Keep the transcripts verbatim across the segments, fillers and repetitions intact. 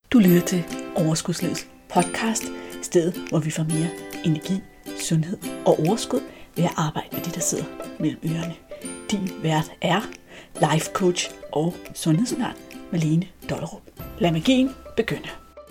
Du lytter til Overskudslivets podcast, stedet hvor vi får mere energi, sundhed og overskud ved at arbejde med de, der sidder mellem ørerne. Din vært er life coach og sundhedsundern Malene Dollerup. Lad magien begynde.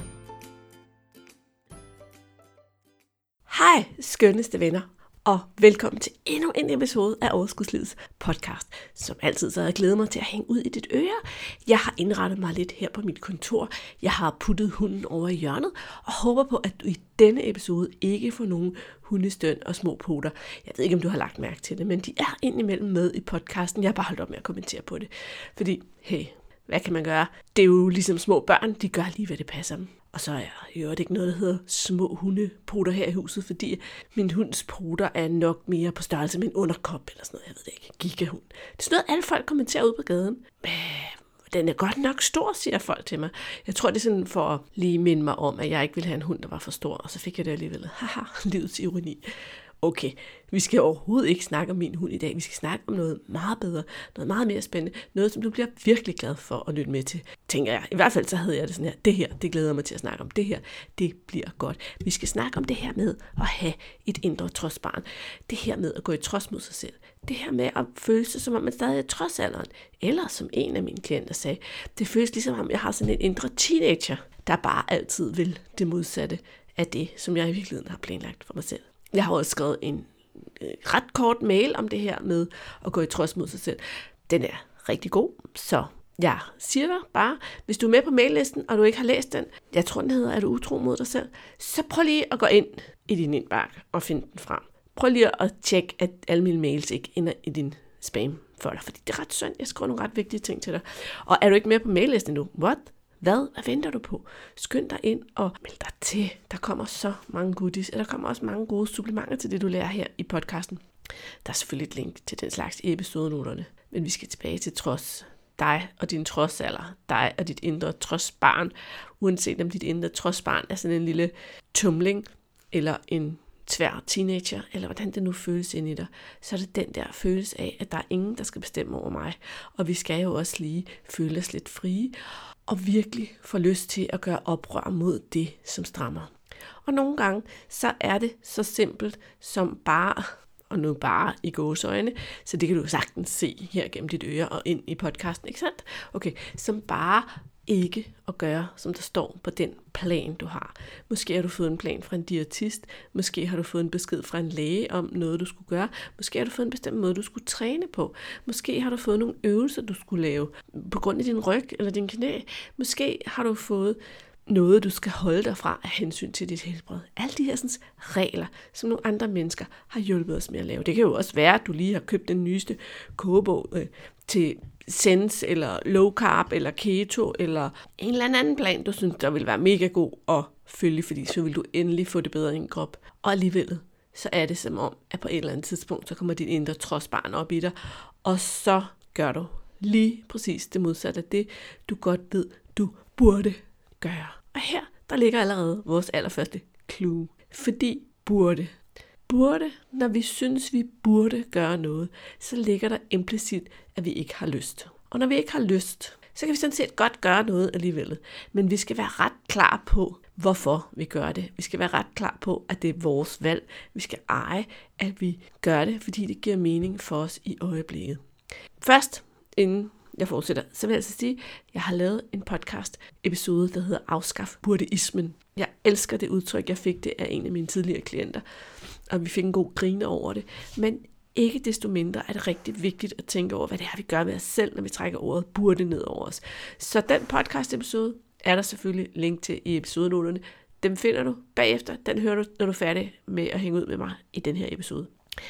Hej skønneste venner, og velkommen til endnu en episode af Overskudslivets podcast. Som altid så har jeg glædet mig til at hænge ud i dit øre. Jeg har indrettet mig lidt her på mit kontor. Jeg har puttet hunden over i hjørnet, og håber på, at du i denne episode ikke får nogen hundestøn og små poter. Jeg ved ikke, om du har lagt mærke til det, men de er indimellem med i podcasten. Jeg har bare holdt op med at kommentere på det. Fordi, hey, hvad kan man gøre? Det er jo ligesom små børn, de gør lige, hvad det passer dem. Og så er der jo ikke noget, der hedder små hundepoter her i huset, fordi min hunds poter er nok mere på størrelse med en underkop eller sådan noget. Jeg ved det ikke. Gigahund. Det er sådan noget, alle folk kommenterer ud på gaden. Men den er godt nok stor, siger folk til mig. Jeg tror, det er sådan for at lige minde mig om, at jeg ikke ville have en hund, der var for stor. Og så fik jeg det alligevel. Haha, livets ironi. Okay, vi skal overhovedet ikke snakke om min hund i dag. Vi skal snakke om noget meget bedre, noget meget mere spændende, noget som du bliver virkelig glad for at lytte med til, tænker jeg. I hvert fald så havde jeg det sådan her, det her, det glæder mig til at snakke om, det her, det bliver godt. Vi skal snakke om det her med at have et indre trodsbarn, det her med at gå i trods mod sig selv, det her med at føle sig, som om man stadig er trodsalderen, eller som en af mine klienter sagde, det føles ligesom om jeg har sådan en indre teenager, der bare altid vil det modsatte af det, som jeg i virkeligheden har planlagt for mig selv. Jeg har også skrevet en øh, ret kort mail om det her med at gå i trods mod sig selv. Den er rigtig god, så jeg siger dig bare, hvis du er med på maillisten, og du ikke har læst den, jeg tror den hedder, er du utro mod dig selv, så prøv lige at gå ind i din indbakke og finde den frem. Prøv lige at tjekke, at alle mine mails ikke ender i din spam-folder, fordi det er ret synd, jeg skriver nogle ret vigtige ting til dig. Og er du ikke med på maillisten nu? What? Hvad? Hvad venter du på? Skynd dig ind og meld dig til. Der kommer så mange goodies, og der kommer også mange gode supplementer til det, du lærer her i podcasten. Der er selvfølgelig et link til den slags i episodenoterne, men vi skal tilbage til trods. Dig og din trodsalder, dig og dit indre trodsbarn, uanset om dit indre trodsbarn er sådan en lille tumling, eller en tvær teenager, eller hvordan det nu føles ind i dig, så er det den der følelse af, at der er ingen, der skal bestemme over mig. Og vi skal jo også lige føle os lidt frie, og virkelig få lyst til at gøre oprør mod det, som strammer. Og nogle gange, så er det så simpelt som bare, og nu bare i gåseøjne, så det kan du sagtens se her gennem dit øre og ind i podcasten, ikke sandt? Okay, som bare ikke at gøre, som der står på den plan, du har. Måske har du fået en plan fra en diætist, måske har du fået en besked fra en læge om noget, du skulle gøre, måske har du fået en bestemt måde, du skulle træne på, måske har du fået nogle øvelser, du skulle lave på grund af din ryg eller din knæ, måske har du fået noget, du skal holde dig fra af hensyn til dit helbred. Alle de her sådan, regler, som nogle andre mennesker har hjulpet os med at lave. Det kan jo også være, at du lige har købt den nyeste kogebog øh, til Sense, eller low carb, eller keto, eller en eller anden plan, du synes, der vil være mega god at følge, fordi så vil du endelig få det bedre i din krop. Og alligevel, så er det som om, at på et eller andet tidspunkt, så kommer dit indre trodsbarn op i dig, og så gør du lige præcis det modsatte af det, du godt ved, du burde gøre. Og her, der ligger allerede vores allerførste clue. Fordi burde. Burde, når vi synes, vi burde gøre noget, så ligger der implicit, at vi ikke har lyst. Og når vi ikke har lyst, så kan vi sådan set godt gøre noget alligevel. Men vi skal være ret klar på, hvorfor vi gør det. Vi skal være ret klar på, at det er vores valg. Vi skal eje, at vi gør det, fordi det giver mening for os i øjeblikket. Først, inden jeg fortsætter, så vil jeg altså sige, at jeg har lavet en podcast episode, der hedder Afskaf burdeismen. Jeg elsker det udtryk, jeg fik det af en af mine tidligere klienter, og vi fik en god grine over det. Men ikke desto mindre er det rigtig vigtigt at tænke over, hvad det er, vi gør ved os selv, når vi trækker ordet burde ned over os. Så den podcast episode er der selvfølgelig link til i episodenoterne. Dem finder du bagefter. Den hører du, når du er færdig med at hænge ud med mig i den her episode.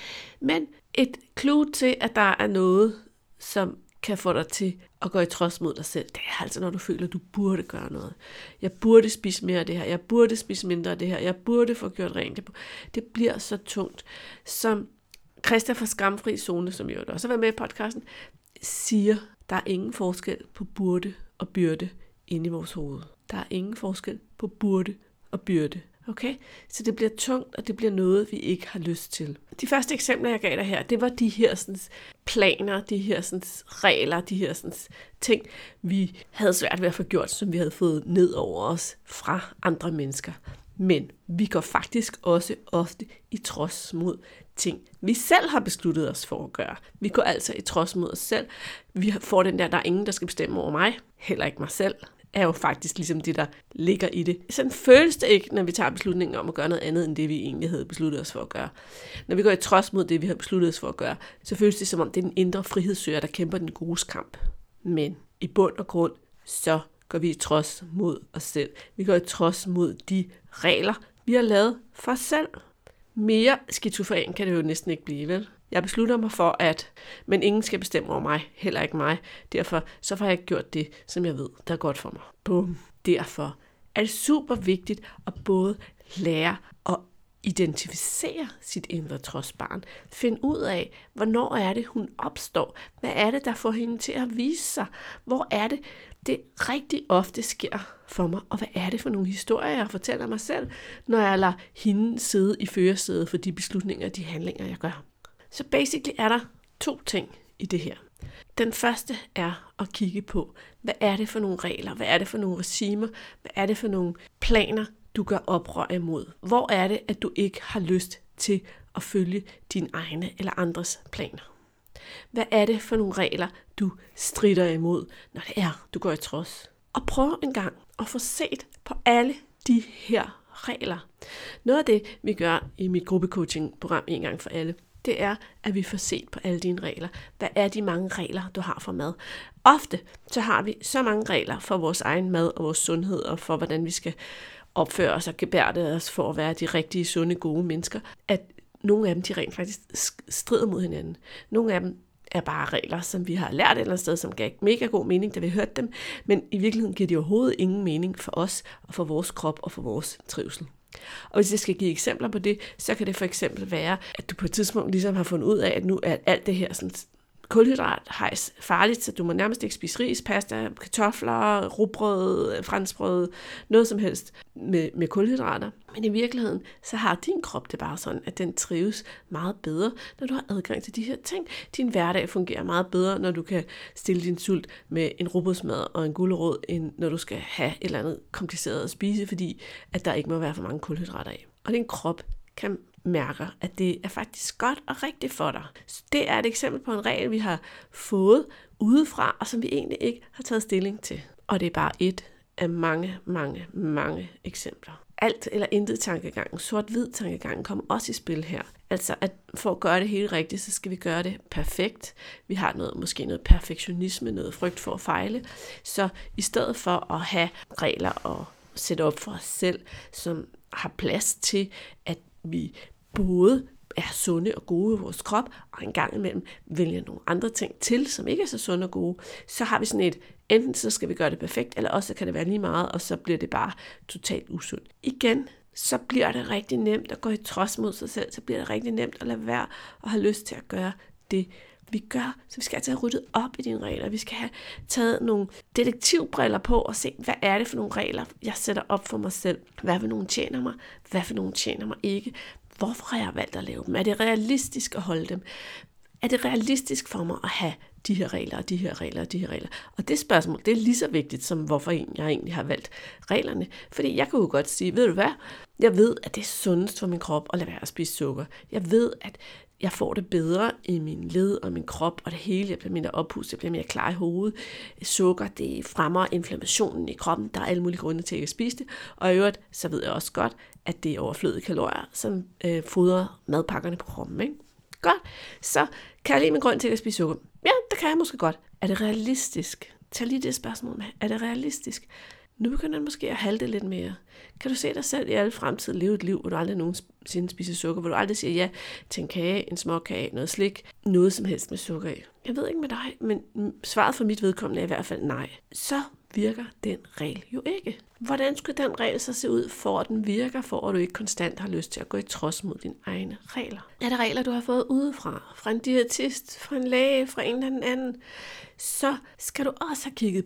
Men et clue til, at der er noget, som kan få dig til at gå i trods mod dig selv. Det er altså, når du føler, at du burde gøre noget. Jeg burde spise mere af det her. Jeg burde spise mindre af det her. Jeg burde få gjort rent. Det bliver så tungt. Som Christa fra Skamfri Zone, som jo også har været med i podcasten, siger, der er ingen forskel på burde og byrde inde i vores hoved. Der er ingen forskel på burde og byrde. Okay? Så det bliver tungt, og det bliver noget, vi ikke har lyst til. De første eksempler, jeg gav dig her, det var de her sådan, planer, de her sådan, regler, de her sådan, ting, vi havde svært ved at få gjort, som vi havde fået ned over os fra andre mennesker. Men vi går faktisk også ofte i trods mod ting, vi selv har besluttet os for at gøre. Vi går altså i trods mod os selv. Vi får den der, der er ingen, der skal bestemme over mig, heller ikke mig selv, er jo faktisk ligesom det, der ligger i det. Sådan føles det ikke, når vi tager beslutningen om at gøre noget andet, end det vi egentlig havde besluttet os for at gøre. Når vi går i trods mod det, vi har besluttet os for at gøre, så føles det som om, det er den indre frihedssøger, der kæmper den gode kamp. Men i bund og grund, så går vi i trods mod os selv. Vi går i trods mod de regler, vi har lavet for os selv. Mere skizofren kan det jo næsten ikke blive, vel? Jeg beslutter mig for, at men ingen skal bestemme over mig, heller ikke mig. Derfor så har jeg ikke gjort det, som jeg ved, der er godt for mig. Bum. Derfor er det super vigtigt at både lære at identificere sit indre trodsbarn. Finde ud af, hvornår er det, hun opstår. Hvad er det, der får hende til at vise sig? Hvor er det, det rigtig ofte sker for mig? Og hvad er det for nogle historier, jeg fortæller mig selv, når jeg lader hende sidde i førersædet for de beslutninger og de handlinger, jeg gør? Så basically er der to ting i det her. Den første er at kigge på, hvad er det for nogle regler, hvad er det for nogle regimer, hvad er det for nogle planer, du gør oprør imod. Hvor er det, at du ikke har lyst til at følge dine egne eller andres planer? Hvad er det for nogle regler, du strider imod, når det er, du går i trods? Og prøv en gang at få set på alle de her regler. Noget af det, vi gør i mit gruppecoaching-program En Gang For Alle, det er, at vi får set på alle dine regler. Hvad er de mange regler, du har for mad? Ofte så har vi så mange regler for vores egen mad og vores sundhed, og for hvordan vi skal opføre os og gebærde os for at være de rigtige, sunde, gode mennesker, at nogle af dem, de rent faktisk strider mod hinanden. Nogle af dem er bare regler, som vi har lært et eller andet sted, som gav mega god mening, da vi hørte dem, men i virkeligheden giver de overhovedet ingen mening for os, og for vores krop og for vores trivsel. Og hvis jeg skal give eksempler på det, så kan det for eksempel være, at du på et tidspunkt ligesom har fundet ud af, at nu er alt det her sådan kulhydrathejs farligt, så du må nærmest ikke spise ris, pasta, kartofler, rugbrød, franskbrød, noget som helst med, med kulhydrater. Men i virkeligheden, så har din krop det bare sådan, at den trives meget bedre, når du har adgang til de her ting. Din hverdag fungerer meget bedre, når du kan stille din sult med en rugbrødsmad og en gulerod, end når du skal have et eller andet kompliceret at spise, fordi at der ikke må være for mange kulhydrater i. Og din krop kan mærker, at det er faktisk godt og rigtigt for dig. Så det er et eksempel på en regel, vi har fået udefra, og som vi egentlig ikke har taget stilling til. Og det er bare et af mange, mange, mange eksempler. Alt eller intet tankegangen, sort-hvid tankegangen kommer også i spil her. Altså, at for at gøre det helt rigtigt, så skal vi gøre det perfekt. Vi har noget, måske noget perfektionisme, noget frygt for at fejle. Så i stedet for at have regler og sætte op for os selv, som har plads til, at vi både er sunde og gode i vores krop, og en gang imellem vælger nogle andre ting til, som ikke er så sunde og gode, så har vi sådan et, enten så skal vi gøre det perfekt, eller også kan det være lige meget, og så bliver det bare totalt usundt. Igen, så bliver det rigtig nemt at gå i trods mod sig selv, så bliver det rigtig nemt at lade være og have lyst til at gøre det, vi gør. Så vi skal altså have ryddet op i dine regler. Vi skal have taget nogle detektivbriller på og se, hvad er det for nogle regler, jeg sætter op for mig selv. Hvad for nogle tjener mig? Hvad for nogle tjener mig ikke? Hvorfor har jeg valgt at lave dem? Er det realistisk at holde dem? Er det realistisk for mig at have de her regler og de her regler og de her regler? Og det spørgsmål, det er lige så vigtigt, som hvorfor jeg egentlig har valgt reglerne. Fordi jeg kan jo godt sige, ved du hvad? Jeg ved, at det er sundest for min krop at lade være at spise sukker. Jeg ved, at jeg får det bedre i min led og min krop, og det hele, jeg bliver mindre oppustet, jeg bliver mere klar i hovedet. Sukker, det fremmer inflammationen i kroppen, der er alle mulige grunde til at spise det. Og i øvrigt, så ved jeg også godt, at det er overflødige kalorier, som øh, fodrer madpakkerne på kroppen, ikke? Godt, så kan jeg lide min grund til at spise sukker? Ja, det kan jeg måske godt. Er det realistisk? Tag lige det spørgsmål med. Er det realistisk? Nu begynder den måske at halte lidt mere. Kan du se dig selv i alle fremtid leve et liv, hvor du aldrig nogensinde spiser sukker, hvor du aldrig siger ja til en kage, en småkage, noget slik, noget som helst med sukker i? Jeg ved ikke med dig, men svaret for mit vedkommende er i hvert fald nej. Så virker den regel jo ikke. Hvordan skulle den regel så se ud, for at den virker, for at du ikke konstant har lyst til at gå i trods mod dine egne regler? Er det regler, du har fået udefra? Fra en diætist, fra en læge, fra en eller anden? Så skal du også have kigget på,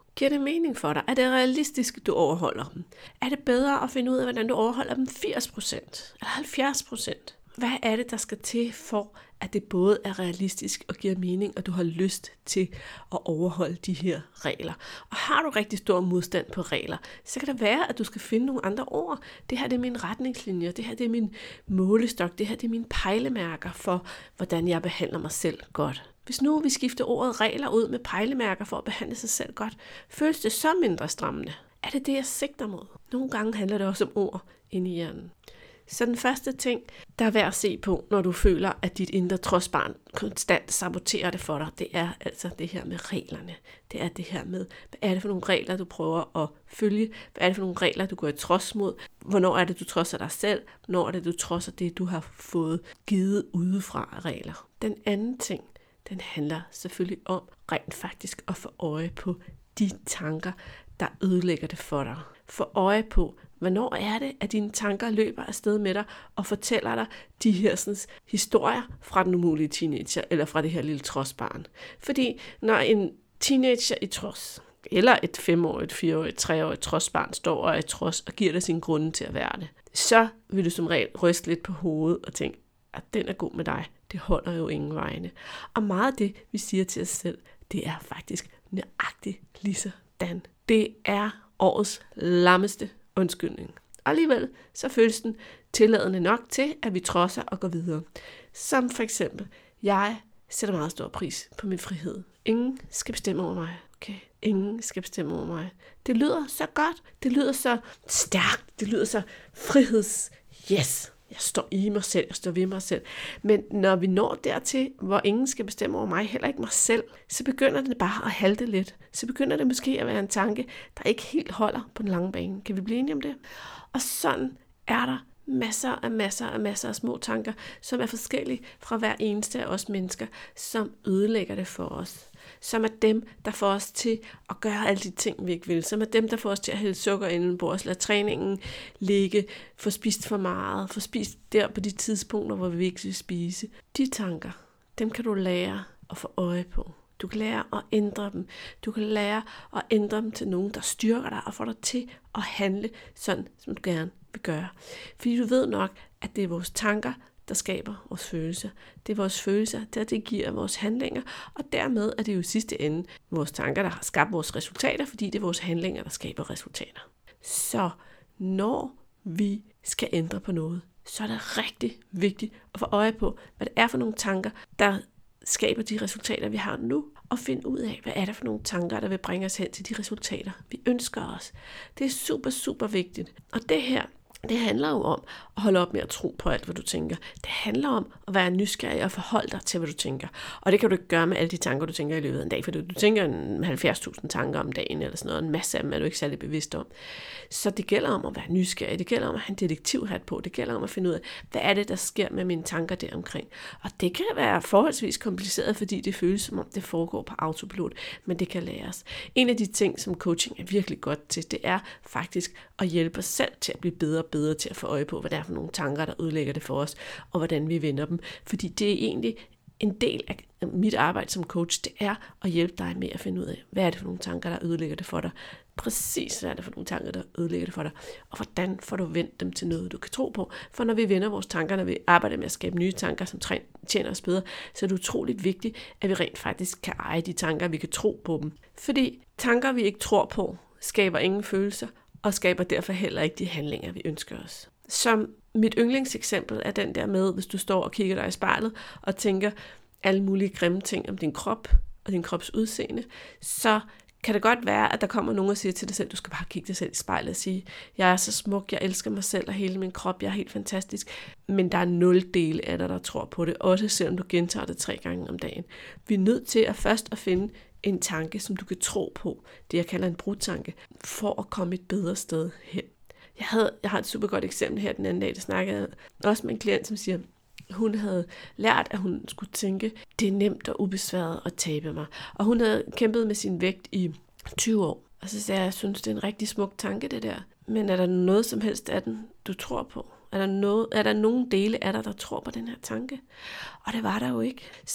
Giver det mening for dig? Er det realistisk, at du overholder dem? Er det bedre at finde ud af, hvordan du overholder dem firs procent eller halvfjerds procent? Hvad er det, der skal til for, at det både er realistisk og giver mening, og du har lyst til at overholde de her regler? Og har du rigtig stor modstand på regler, så kan det være, at du skal finde nogle andre ord. Det her det er mine retningslinjer, det her det er min målestok, det her det er mine pejlemærker for, hvordan jeg behandler mig selv godt. Hvis nu vi skifter ordet regler ud med pejlemærker for at behandle sig selv godt, føles det så mindre strammende? Er det det, jeg sigter mod? Nogle gange handler det også om ord inde i hjernen. Så den første ting, der er værd at se på, når du føler, at dit indre trodsbarn konstant saboterer det for dig, det er altså det her med reglerne. Det er det her med, hvad er det for nogle regler, du prøver at følge? Hvad er det for nogle regler, du går i trods mod? Hvornår er det, du trodser dig selv? Hvornår er det, du trodser det, du har fået givet udefra af regler? Den anden ting, den handler selvfølgelig om rent faktisk at få øje på de tanker, der ødelægger det for dig. Få øje på, hvornår er det, at dine tanker løber afsted med dig og fortæller dig de her sådan, historier fra den umulige teenager eller fra det her lille trodsbarn. Fordi når en teenager i trods, eller et femårigt, fireårigt, treårigt trodsbarn står og er i trods og giver dig sin grunde til at være det, så vil du som regel ryste lidt på hovedet og tænke, at den er god med dig. Det holder jo ingen vegne. Og meget af det, vi siger til os selv, det er faktisk nøjagtigt lige sådan. Det er årets lammeste undskyldning. Og alligevel så føles den tilladende nok til, at vi trodser og går videre. Som for eksempel, jeg sætter meget stor pris på min frihed. Ingen skal bestemme over mig. Okay? Ingen skal bestemme over mig. Det lyder så godt. Det lyder så stærkt. Det lyder så friheds. Yes. Jeg står i mig selv, jeg står ved mig selv. Men når vi når dertil, hvor ingen skal bestemme over mig, heller ikke mig selv, så begynder det bare at halte lidt. Så begynder det måske at være en tanke, der ikke helt holder på den lange bane. Kan vi blive enige om det? Og sådan er der masser af masser af masser af små tanker, som er forskellige fra hver eneste af os mennesker, som ødelægger det for os. Som er dem, der får os til at gøre alle de ting, vi ikke vil. Som er dem, der får os til at hælde sukker inden på os, lade træningen ligge, få spist for meget, få spist der på de tidspunkter, hvor vi ikke vil spise. De tanker, dem kan du lære at få øje på. Du kan lære at ændre dem. Du kan lære at ændre dem til nogen, der styrker dig og får dig til at handle sådan, som du gerne vil gøre. Fordi du ved nok, at det er vores tanker, der skaber vores følelser. Det er vores følelser, der det giver vores handlinger, og dermed er det jo i sidste ende vores tanker, der har skabt vores resultater, fordi det er vores handlinger, der skaber resultater. Så når vi skal ændre på noget, så er det rigtig vigtigt at få øje på, hvad det er for nogle tanker, der skaber de resultater, vi har nu, og finde ud af, hvad er det for nogle tanker, der vil bringe os hen til de resultater, vi ønsker os. Det er super, super vigtigt. Og det her, det handler jo om at holde op med at tro på alt, hvad du tænker. Det handler om at være nysgerrig og forholde dig til, hvad du tænker. Og det kan du ikke gøre med alle de tanker, du tænker i løbet af en dag, for du, du tænker en halvfjerds tusind tanker om dagen, eller sådan noget. En masse af dem er du ikke særlig bevidst om. Så det gælder om at være nysgerrig. Det gælder om at have en detektivhat på. Det gælder om at finde ud af, hvad er det, der sker med mine tanker deromkring. Og det kan være forholdsvis kompliceret, fordi det føles som om, det foregår på autopilot, men det kan læres. En af de ting, som coaching er virkelig godt til, det er faktisk at hjælpe os selv til at blive bedre bedre til at få øje på, hvad det er for nogle tanker, der ødelægger det for os, og hvordan vi vender dem. Fordi det er egentlig en del af mit arbejde som coach, det er at hjælpe dig med at finde ud af, hvad er det for nogle tanker, der ødelægger det for dig. Præcis hvad er det for nogle tanker, der ødelægger det for dig. Og hvordan får du vendt dem til noget, du kan tro på. For når vi vender vores tanker, når vi arbejder med at skabe nye tanker, som tjener os bedre, så er det utroligt vigtigt, at vi rent faktisk kan eje de tanker, vi kan tro på dem. Fordi tanker, vi ikke tror på, skaber ingen følelser, og skaber derfor heller ikke de handlinger, vi ønsker os. Som mit yndlingseksempel er den der med, hvis du står og kigger dig i spejlet og tænker alle mulige grimme ting om din krop og din krops udseende, så kan det godt være, at der kommer nogen og siger til dig selv, du skal bare kigge dig selv i spejlet og sige, jeg er så smuk, jeg elsker mig selv og hele min krop, jeg er helt fantastisk. Men der er nul dele af dig, der tror på det, også selvom du gentager det tre gange om dagen. Vi er nødt til at først at finde en tanke, som du kan tro på, det jeg kalder en brudtanke, for at komme et bedre sted hen. Jeg, havde, jeg har et super godt eksempel her den anden dag, der snakkede jeg også med en klient, som siger, hun havde lært, at hun skulle tænke, det er nemt og ubesværet at tabe mig. Og hun havde kæmpet med sin vægt i tyve år. Og så sagde jeg, jeg synes, det er en rigtig smuk tanke, det der. Men er der noget som helst af den, du tror på? Er der, noget, er der nogen dele af dig, der tror på den her tanke? Og det var der jo ikke. Så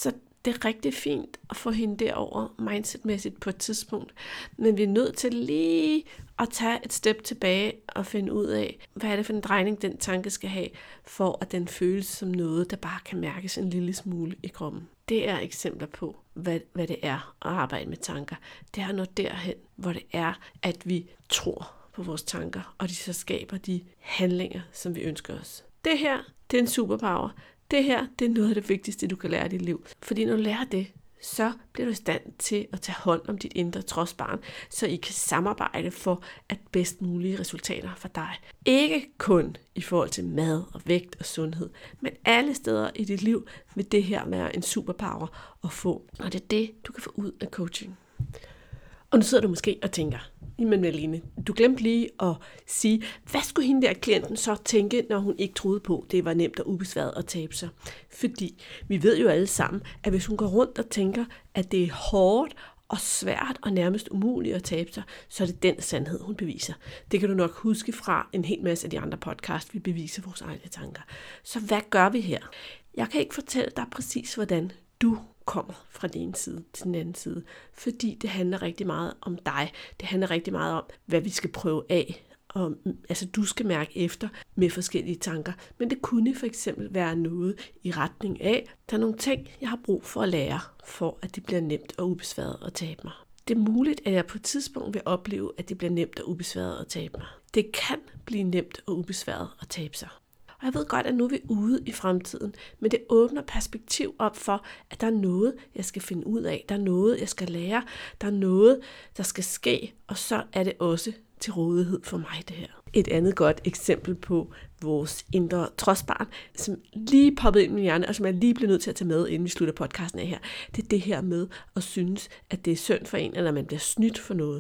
det er rigtig fint at få hende derover mindsetmæssigt på et tidspunkt, men vi er nødt til lige at tage et step tilbage og finde ud af, hvad er det for en drejning, den tanke skal have, for at den føles som noget, der bare kan mærkes en lille smule i kroppen. Det er eksempler på, hvad, hvad det er at arbejde med tanker. Det er noget derhen, hvor det er, at vi tror på vores tanker, og de så skaber de handlinger, som vi ønsker os. Det her, det er en superpower. Det her, det er noget af det vigtigste, du kan lære i dit liv. Fordi når du lærer det, så bliver du i stand til at tage hånd om dit indre trodsbarn, så I kan samarbejde for at bedst mulige resultater for dig. Ikke kun i forhold til mad og vægt og sundhed, men alle steder i dit liv vil det her være en superpower at få. Og det er det, du kan få ud af coaching. Og nu sidder du måske og tænker, jamen Malene, du glemte lige at sige, hvad skulle hende der klienten så tænke, når hun ikke troede på, det var nemt og ubesværet at tabe sig? Fordi vi ved jo alle sammen, at hvis hun går rundt og tænker, at det er hårdt og svært og nærmest umuligt at tabe sig, så er det den sandhed, hun beviser. Det kan du nok huske fra en hel masse af de andre podcasts, vi beviser vores egne tanker. Så hvad gør vi her? Jeg kan ikke fortælle dig præcis, hvordan du kommer fra den ene side til den anden side, fordi det handler rigtig meget om dig. Det handler rigtig meget om, hvad vi skal prøve af. Og, altså du skal mærke efter med forskellige tanker, men det kunne for eksempel være noget i retning af, der er nogle ting, jeg har brug for at lære, for at det bliver nemt og ubesværet at tabe mig. Det er muligt, at jeg på et tidspunkt vil opleve, at det bliver nemt og ubesværet at tabe mig. Det kan blive nemt og ubesværet at tabe sig. Og jeg ved godt, at nu er vi ude i fremtiden, men det åbner perspektiv op for, at der er noget, jeg skal finde ud af. Der er noget, jeg skal lære. Der er noget, der skal ske, og så er det også til rådighed for mig det her. Et andet godt eksempel på vores indre trodsbarn, som lige poppede ind i min hjerne, og som jeg lige blev nødt til at tage med, inden vi slutter podcasten af her, det er det her med at synes, at det er synd for en, eller man bliver snydt for noget.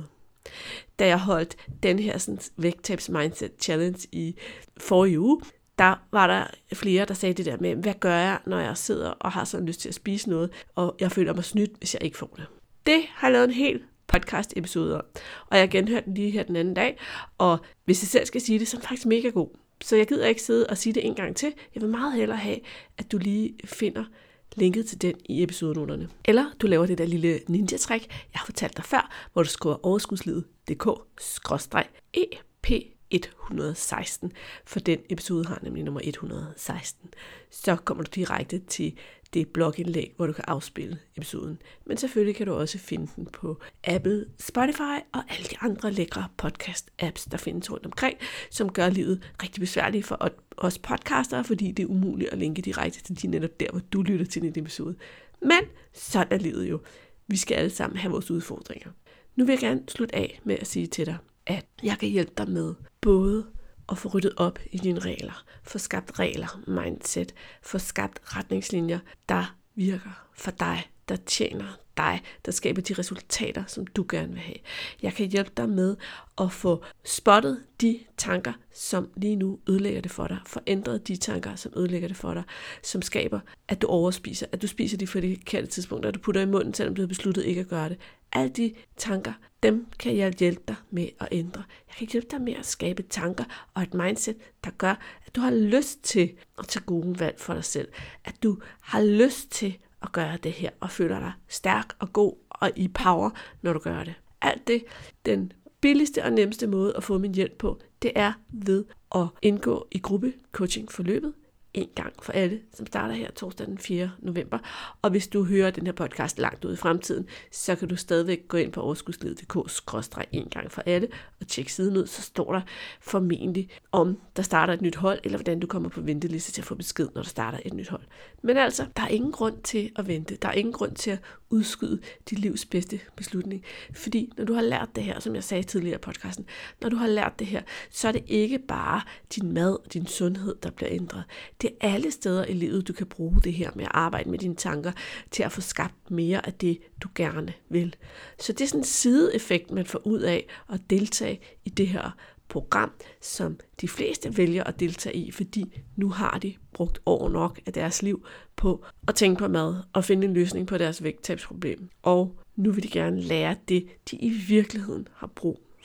Da jeg holdt den her sådan, vægttabs mindset challenge i forrige uge, der var der flere, der sagde det der med, hvad gør jeg, når jeg sidder og har sådan lyst til at spise noget, og jeg føler mig snydt, hvis jeg ikke får det. Det har jeg lavet en hel podcast-episode om, og jeg genhørte den lige her den anden dag, og hvis jeg selv skal sige det, så er den faktisk mega god. Så jeg gider ikke sidde og sige det en gang til. Jeg vil meget hellere have, at du lige finder linket til den i episodenoterne. Eller du laver det der lille ninja-trick, jeg har fortalt dig før, hvor du skriver overskudslivet punktum d k skråstreg e p et hundrede og seksten, for den episode har nemlig nummer et hundrede og seksten. Så kommer du direkte til det blogindlæg, hvor du kan afspille episoden. Men selvfølgelig kan du også finde den på Apple, Spotify og alle de andre lækre podcast-apps, der findes rundt omkring, som gør livet rigtig besværligt for os podcastere, fordi det er umuligt at linke direkte til de netop der, hvor du lytter til din episode. Men sådan er livet jo. Vi skal alle sammen have vores udfordringer. Nu vil jeg gerne slutte af med at sige til dig, at jeg kan hjælpe dig med både at få ryddet op i dine regler, få skabt regler, mindset, få skabt retningslinjer, der virker for dig, der tjener dig, der skaber de resultater, som du gerne vil have. Jeg kan hjælpe dig med at få spottet de tanker, som lige nu ødelægger det for dig, få ændret de tanker, som ødelægger det for dig, som skaber, at du overspiser, at du spiser de forkerte tidspunkter, at du putter i munden, selvom du har besluttet ikke at gøre det. Alle de tanker, dem kan jeg hjælpe dig med at ændre. Jeg kan hjælpe dig med at skabe tanker og et mindset, der gør, at du har lyst til at tage gode valg for dig selv. At du har lyst til at gøre det her og føler dig stærk og god og i power, når du gør det. Alt det, den billigste og nemmeste måde at få min hjælp på, det er ved at indgå i gruppecoaching-forløbet en gang for alle, som starter her torsdag den fjerde november. Og hvis du hører den her podcast langt ud i fremtiden, så kan du stadigvæk gå ind på overskudslivet punktum d k skråstreg en gang for alle og tjekke siden ud, så står der formentlig om der starter et nyt hold, eller hvordan du kommer på venteliste til at få besked, når der starter et nyt hold. Men altså, der er ingen grund til at vente. Der er ingen grund til at udskyde dit livs bedste beslutning. Fordi når du har lært det her, som jeg sagde tidligere i podcasten, når du har lært det her, så er det ikke bare din mad og din sundhed, der bliver ændret. Det er alle steder i livet, du kan bruge det her med at arbejde med dine tanker til at få skabt mere af det, du gerne vil. Så det er sådan en sideeffekt, man får ud af at deltage i det her program, som de fleste vælger at deltage i, fordi nu har de brugt år nok af deres liv på at tænke på mad og finde en løsning på deres vægttabsproblem. Og nu vil de gerne lære det, de i virkeligheden har brug for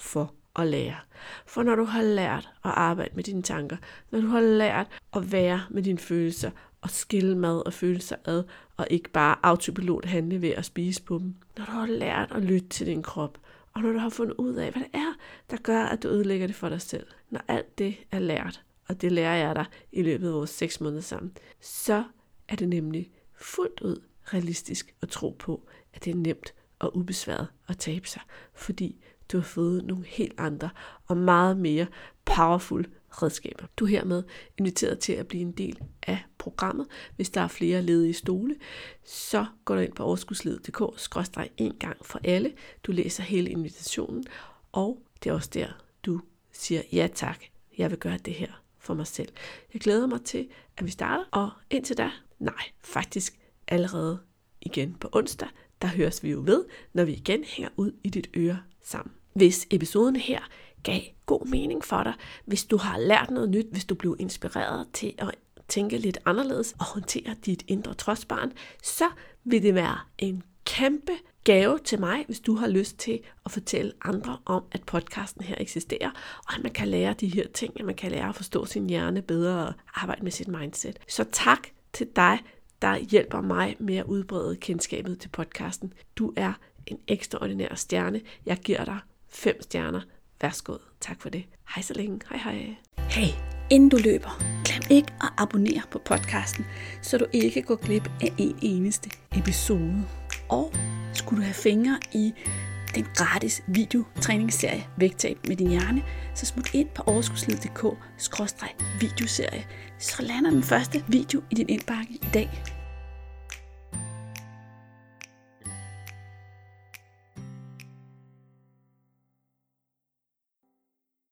at lære. For når du har lært at arbejde med dine tanker, når du har lært at være med dine følelser, og skille mad og følelser ad, og ikke bare autopilot handle ved at spise på dem. Når du har lært at lytte til din krop, og når du har fundet ud af, hvad det er, der gør, at du ødelægger det for dig selv. Når alt det er lært, og det lærer jeg dig i løbet af vores seks måneder sammen, så er det nemlig fuldt ud realistisk at tro på, at det er nemt og ubesværet at tabe sig, fordi du har fået nogle helt andre og meget mere powerful redskaber. Du er hermed inviteret til at blive en del af programmet. Hvis der er flere ledige stole, så går du ind på overskudslivet punktum d k skråstreg en gang for alle. Du læser hele invitationen, og det er også der, du siger ja tak, jeg vil gøre det her for mig selv. Jeg glæder mig til, at vi starter, og indtil da, nej, faktisk allerede igen på onsdag, der høres vi jo ved, når vi igen hænger ud i dit øre sammen. Hvis episoden her gav god mening for dig, hvis du har lært noget nyt, hvis du blev inspireret til at tænke lidt anderledes og håndtere dit indre trostbarn, så vil det være en kæmpe gave til mig, hvis du har lyst til at fortælle andre om, at podcasten her eksisterer, og at man kan lære de her ting, at man kan lære at forstå sin hjerne bedre og arbejde med sit mindset. Så tak til dig, der hjælper mig med at udbrede kendskabet til podcasten. Du er en ekstraordinær stjerne. Jeg giver dig fem stjerner. Værsgo. Tak for det. Hej så længe. Hej hej. Hey, inden du løber, glem ikke at abonnere på podcasten, så du ikke går glip af en eneste episode. Og skulle du have fingre i den gratis videotræningsserie Vægtab med din hjerne, så smut ind på overskudslivet punktum d k skråstreg videoserie. Så lander den første video i din indbakke i dag.